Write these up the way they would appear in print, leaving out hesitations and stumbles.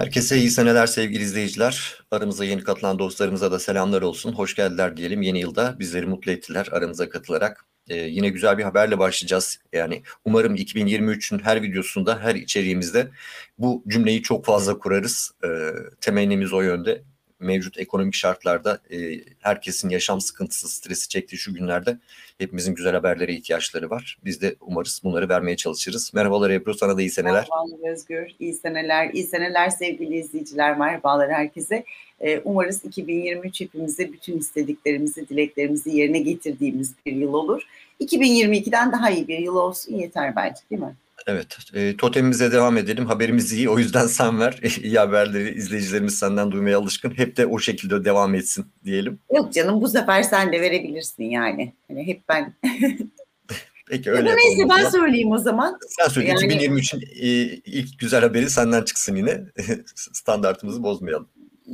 Herkese iyi seneler sevgili izleyiciler. Aramıza yeni katılan dostlarımıza da selamlar olsun. Hoş geldiler diyelim. Yeni yılda bizleri mutlu ettiler aramıza katılarak. Yine güzel bir haberle başlayacağız. Yani umarım 2023'ün her videosunda, her içeriğimizde bu cümleyi çok fazla kurarız. Temennimiz o yönde. Mevcut ekonomik şartlarda herkesin yaşam sıkıntısı, stresi çektiği şu günlerde hepimizin güzel haberlere ihtiyaçları var. Biz de umarız bunları vermeye çalışırız. Merhabalar Ebru, sana da iyi seneler. Merhabalar Özgür, iyi seneler, iyi seneler sevgili izleyiciler, merhabalar herkese. Umarız 2023 hepimize bütün istediklerimizi, dileklerimizi yerine getirdiğimiz bir yıl olur. 2022'den daha iyi bir yıl olsun yeter bence, değil mi? Evet, totemimize devam edelim. Haberimiz iyi, o yüzden sen ver. İyi haberleri izleyicilerimiz senden duymaya alışkın. Hep de o şekilde devam etsin diyelim. Yok canım, bu sefer sen de verebilirsin yani. Hani hep ben. Peki Ya öyle da yapalım neyse o ben zaman. söyleyeyim o zaman. Sen söyle, Yani 2023'ün ilk güzel haberi senden çıksın yine. Standartımızı bozmayalım.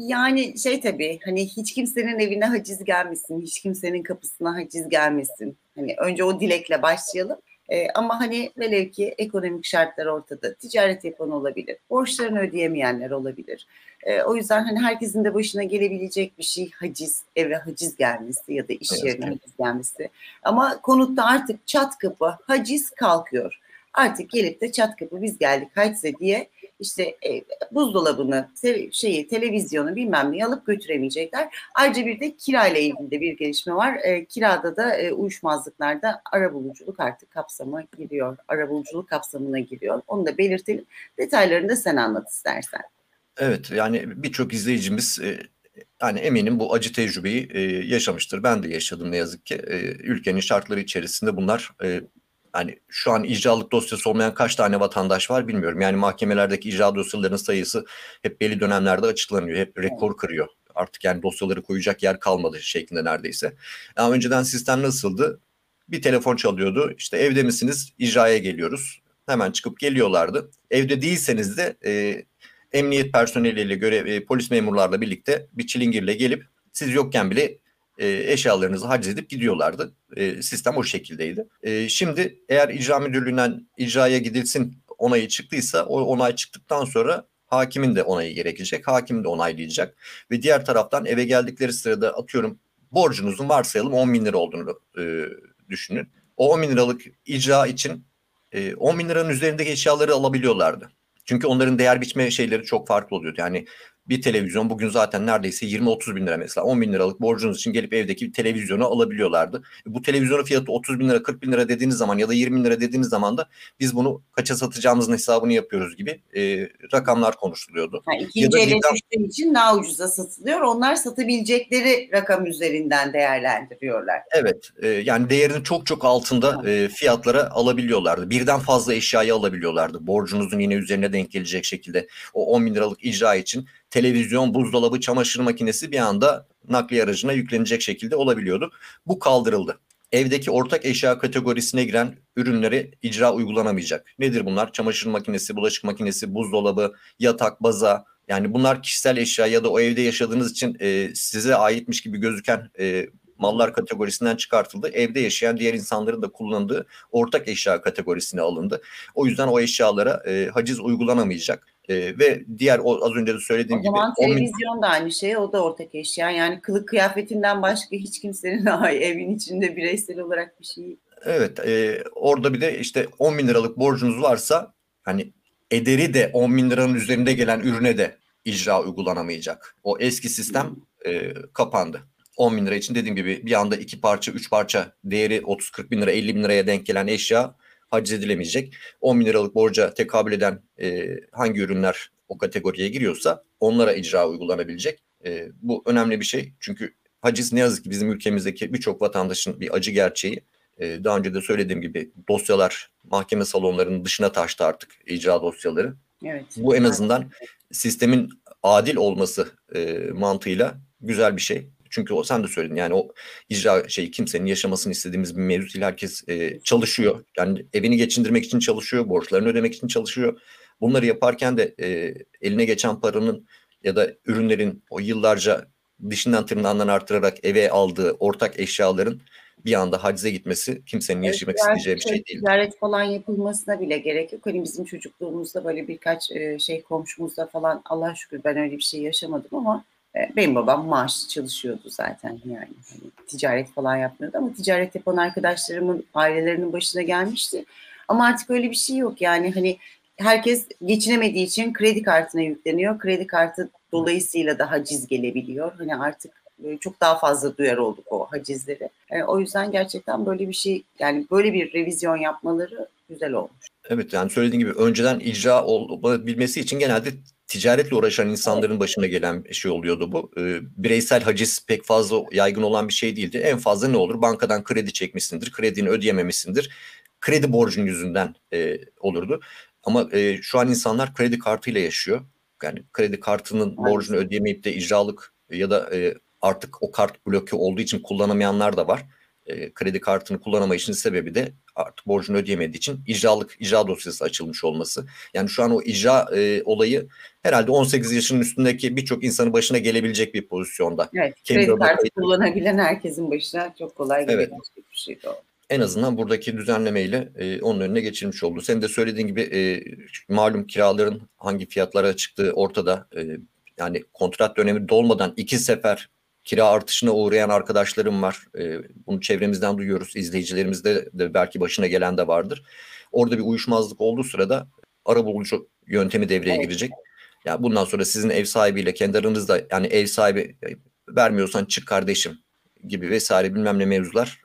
şey tabii hani hiç kimsenin evine haciz gelmesin, hiç kimsenin kapısına haciz gelmesin. Hani önce o dilekle başlayalım. Ama hani velev ki ekonomik şartlar ortada. Ticaret yapan olabilir. Borçlarını ödeyemeyenler olabilir. O yüzden hani herkesin de başına gelebilecek bir şey haciz, eve haciz gelmesi ya da Ne iş yazık yerine ki. haciz gelmesi. Ama konutta artık çat kapı haciz kalkıyor. Artık gelip de çat kapı biz geldik hacize diye işte buzdolabını, televizyonu bilmem neyi alıp götüremeyecekler. Ayrıca bir de kira ile ilgili de bir gelişme var. Kirada da uyuşmazlıklarda arabuluculuk artık kapsama giriyor. Arabuluculuk kapsamına giriyor. Onu da belirtelim. Detaylarını da sen anlat istersen. Evet, yani birçok izleyicimiz yani eminim bu acı tecrübeyi yaşamıştır. Ben de yaşadım ne yazık ki. Ülkenin şartları içerisinde bunlar hani şu an icralık dosyası olmayan kaç tane vatandaş var bilmiyorum. Yani mahkemelerdeki icra dosyalarının sayısı hep belli dönemlerde açıklanıyor. Hep rekor kırıyor. Artık yani dosyaları koyacak yer kalmadı şeklinde neredeyse. Ama önceden sistem nasıldı? Bir telefon çalıyordu. İşte evde misiniz? İcraya geliyoruz. Hemen çıkıp geliyorlardı. Evde değilseniz de emniyet personeliyle polis memurlarla birlikte bir çilingirle gelip siz yokken bile eşyalarınızı haciz edip gidiyorlardı. Sistem o şekildeydi. Şimdi eğer icra müdürlüğünden icraya gidilsin onayı çıktıysa o onay çıktıktan sonra hakimin de onayı gerekecek. Hakim de onaylayacak. Ve diğer taraftan eve geldikleri sırada atıyorum borcunuzun varsayalım 10 bin lira olduğunu düşünün. O 10 bin liralık icra için 10 bin liranın üzerindeki eşyaları alabiliyorlardı. Çünkü onların değer biçme şeyleri çok farklı oluyordu. Yani bir televizyon bugün zaten neredeyse 20-30 bin lira mesela 10 bin liralık borcunuz için gelip evdeki bir televizyonu alabiliyorlardı. Bu televizyonun fiyatı 30 bin lira 40 bin lira dediğiniz zaman ya da 20 bin lira dediğiniz zaman da biz bunu kaça satacağımızın hesabını yapıyoruz gibi rakamlar konuşuluyordu. Yani Ya ikinci da ele birden düştüğü için daha ucuza satılıyor. Onlar satabilecekleri rakam üzerinden değerlendiriyorlar. evet, yani değerinin çok çok altında fiyatlara alabiliyorlardı. Birden fazla eşyayı alabiliyorlardı. Borcunuzun yine üzerine denk gelecek şekilde o 10 bin liralık icra için televizyon, buzdolabı, çamaşır makinesi bir anda nakliye aracına yüklenecek şekilde olabiliyordu. Bu kaldırıldı. Evdeki ortak eşya kategorisine giren ürünlere icra uygulanamayacak. Nedir bunlar? Çamaşır makinesi, bulaşık makinesi, buzdolabı, yatak, baza. Yani bunlar kişisel eşya ya da o evde yaşadığınız için size aitmiş gibi gözüken mallar kategorisinden çıkartıldı. Evde yaşayan diğer insanların da kullandığı ortak eşya kategorisine alındı. O yüzden o eşyalara haciz uygulanamayacak. Ve diğer o az önce de O söylediğim gibi zaman 10 bin. televizyon da aynı şey, o da ortak eşya. Yani kılık kıyafetinden başka hiç kimsenin evin içinde bireysel olarak bir şey. Evet, orada bir de işte 10 bin liralık borcunuz varsa hani ederi de 10 bin liranın üzerinde gelen ürüne de icra uygulanamayacak. O eski sistem kapandı. 10 bin lira için dediğim gibi bir anda iki parça, üç parça değeri 30-40 bin lira, 50 bin liraya denk gelen eşya haciz edilemeyecek. 10 bin liralık borca tekabül eden hangi ürünler o kategoriye giriyorsa onlara icra uygulanabilecek. Bu önemli bir şey çünkü haciz ne yazık ki bizim ülkemizdeki birçok vatandaşın bir acı gerçeği. Daha önce de söylediğim gibi dosyalar mahkeme salonlarının dışına taştı artık icra dosyaları. Evet. Bu en azından sistemin adil olması mantığıyla güzel bir şey. Çünkü sen de söyledin yani o icra şey kimsenin yaşamasını istediğimiz bir mevzu değil. Herkes çalışıyor. Yani evini geçindirmek için çalışıyor, borçlarını ödemek için çalışıyor. Bunları yaparken de eline geçen paranın ya da ürünlerin o yıllarca dişinden tırnağından artırarak eve aldığı ortak eşyaların bir anda hacize gitmesi kimsenin Evet, yaşamak isteyeceği artık bir şöyle şey değildir. ticaret falan yapılmasına bile gerek yok. Hani bizim çocukluğumuzda böyle birkaç şey komşumuzda falan Allah'a şükür ben öyle bir şey yaşamadım ama benim babam maaşlı çalışıyordu zaten yani. Hani ticaret falan yapmıyordu ama ticaret yapan arkadaşlarımın ailelerinin başına gelmişti. Ama artık öyle bir şey yok yani hani herkes geçinemediği için kredi kartına yükleniyor. Kredi kartı dolayısıyla da haciz gelebiliyor. Hani artık çok daha fazla duyar olduk o hacizleri. O yüzden gerçekten böyle bir şey yani böyle bir revizyon yapmaları güzel olmuş. Evet, yani söylediğin gibi önceden icra olabilmesi için genelde ticaretle uğraşan Evet, insanların başına gelen bir şey oluyordu bu. Bireysel haciz pek fazla yaygın olan bir şey değildi. En fazla ne olur? Bankadan kredi çekmişsindir, kredini ödeyememişsindir. Kredi borcun yüzünden olurdu. Ama şu an insanlar kredi kartıyla yaşıyor. Yani kredi kartının borcunu maalesef. ödeyemeyip de icralık ya da artık o kart bloke olduğu için kullanamayanlar da var. Kredi kartını kullanamayışının sebebi de artık borcunu ödeyemediği için icra dosyası açılmış olması. Yani şu an o icra olayı herhalde 18 yaşının üstündeki birçok insanın başına gelebilecek bir pozisyonda. Evet, Kendi kredi adına kartı kayıt. kullanabilen herkesin başına çok kolay Evet. gelebilecek bir şey de o. En azından buradaki düzenlemeyle onun önüne geçilmiş oldu. Senin de söylediğin gibi malum kiraların hangi fiyatlara çıktığı ortada. Yani kontrat dönemi dolmadan 2 sefer kira artışına uğrayan arkadaşlarım var. Bunu çevremizden duyuyoruz. İzleyicilerimizde de belki başına gelen de vardır. Orada bir uyuşmazlık olduğu sırada arabulucu yöntemi devreye Evet, girecek. Yani bundan sonra sizin ev sahibiyle kendi aranızda, yani ev sahibi vermiyorsan çık kardeşim gibi vesaire bilmem ne mevzular,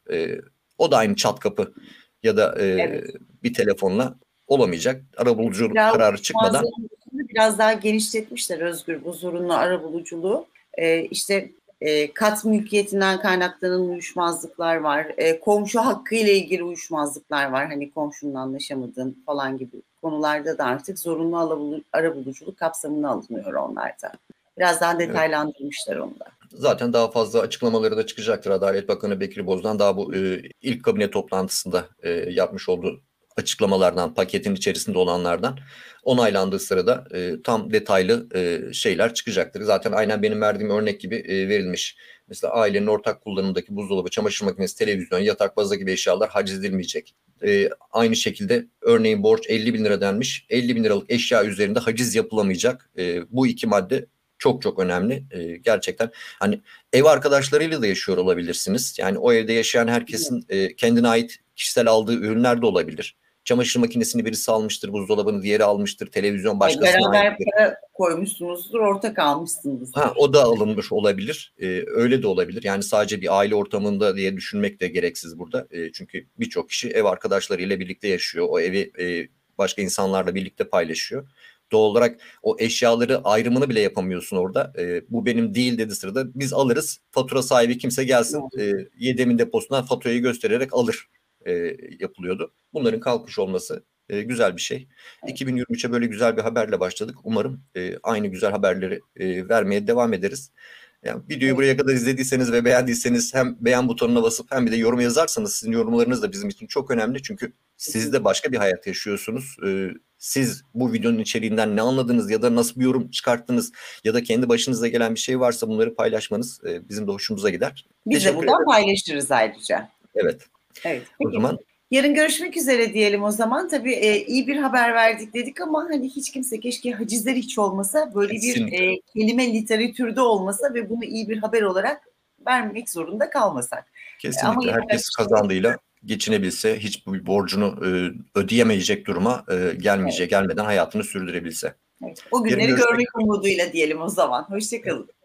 o da aynı çat kapı ya da evet. bir telefonla olamayacak. Arabulucu Kira kararı çıkmadan. uyuşmazlığını biraz daha genişletmişler Özgür bu zorunlu arabuluculuğu. İşte kat mülkiyetinden kaynaklanan uyuşmazlıklar var. Komşu hakkı ile ilgili uyuşmazlıklar var. Hani komşunun anlaşamadığın falan gibi konularda da artık zorunlu arabuluculuk kapsamına alınıyor onlarda. Biraz daha Evet, detaylandırmışlar onu da. zaten daha fazla açıklamaları da çıkacaktır. Adalet Bakanı Bekir Bozdağ daha bu ilk kabine toplantısında yapmış olduğu açıklamalardan, paketin içerisinde olanlardan onaylandığı sırada tam detaylı şeyler çıkacaktır. Zaten aynen benim verdiğim örnek gibi verilmiş. Mesela ailenin ortak kullanımındaki buzdolabı, çamaşır makinesi, televizyon, yatak, baza gibi eşyalar haciz edilmeyecek. Aynı şekilde örneğin borç 50 bin lira denmiş. 50 bin liralık eşya üzerinde haciz yapılamayacak. Bu iki madde çok çok önemli. Gerçekten hani ev arkadaşlarıyla da yaşıyor olabilirsiniz. Yani o evde yaşayan herkesin kendine ait kişisel aldığı ürünler de olabilir. Çamaşır makinesini birisi almıştır, buzdolabını diğeri almıştır, televizyon başkasına Beraber aittir. para koymuşsunuzdur, ortak Ha, almışsınızdır. o da alınmış olabilir. Öyle de olabilir. Yani sadece bir aile ortamında diye düşünmek de gereksiz burada. Çünkü birçok kişi ev arkadaşlarıyla birlikte yaşıyor. O evi başka insanlarla birlikte paylaşıyor. Doğal olarak o eşyaları ayrımını bile yapamıyorsun orada. Bu benim değil dedi sırada. Biz alırız. Fatura sahibi kimse gelsin. Yedemin deposundan faturayı göstererek alır yapılıyordu. Bunların kalkmış olması güzel bir şey. 2023'e böyle güzel bir haberle başladık. Umarım aynı güzel haberleri vermeye devam ederiz. Yani videoyu Evet, buraya kadar izlediyseniz ve beğendiyseniz hem beğen butonuna basıp hem bir de yorum yazarsanız, sizin yorumlarınız da bizim için çok önemli. Çünkü siz de kesinlikle. başka bir hayat yaşıyorsunuz. Siz bu videonun içeriğinden ne anladınız ya da nasıl bir yorum çıkarttınız ya da kendi başınıza gelen bir şey varsa bunları paylaşmanız bizim de hoşumuza gider. Biz de Teşekkür buradan ederim. paylaşırız ayrıca. Evet. Evet, O peki. zaman Yarın görüşmek üzere diyelim o zaman. Tabii iyi bir haber verdik dedik ama hani hiç kimse keşke hacizler hiç olmasa böyle bir kesinlikle. kelime literatürde olmasa ve bunu iyi bir haber olarak vermek zorunda kalmasak. Ama Kesinlikle yapacak herkes bir şey yok. kazandığıyla geçinebilse, hiç bu borcunu ödeyemeyecek duruma Evet, gelmeden hayatını sürdürebilse. evet. O Yarın günleri görüşmek görmek umuduyla diyelim o zaman. Hoşçakalın.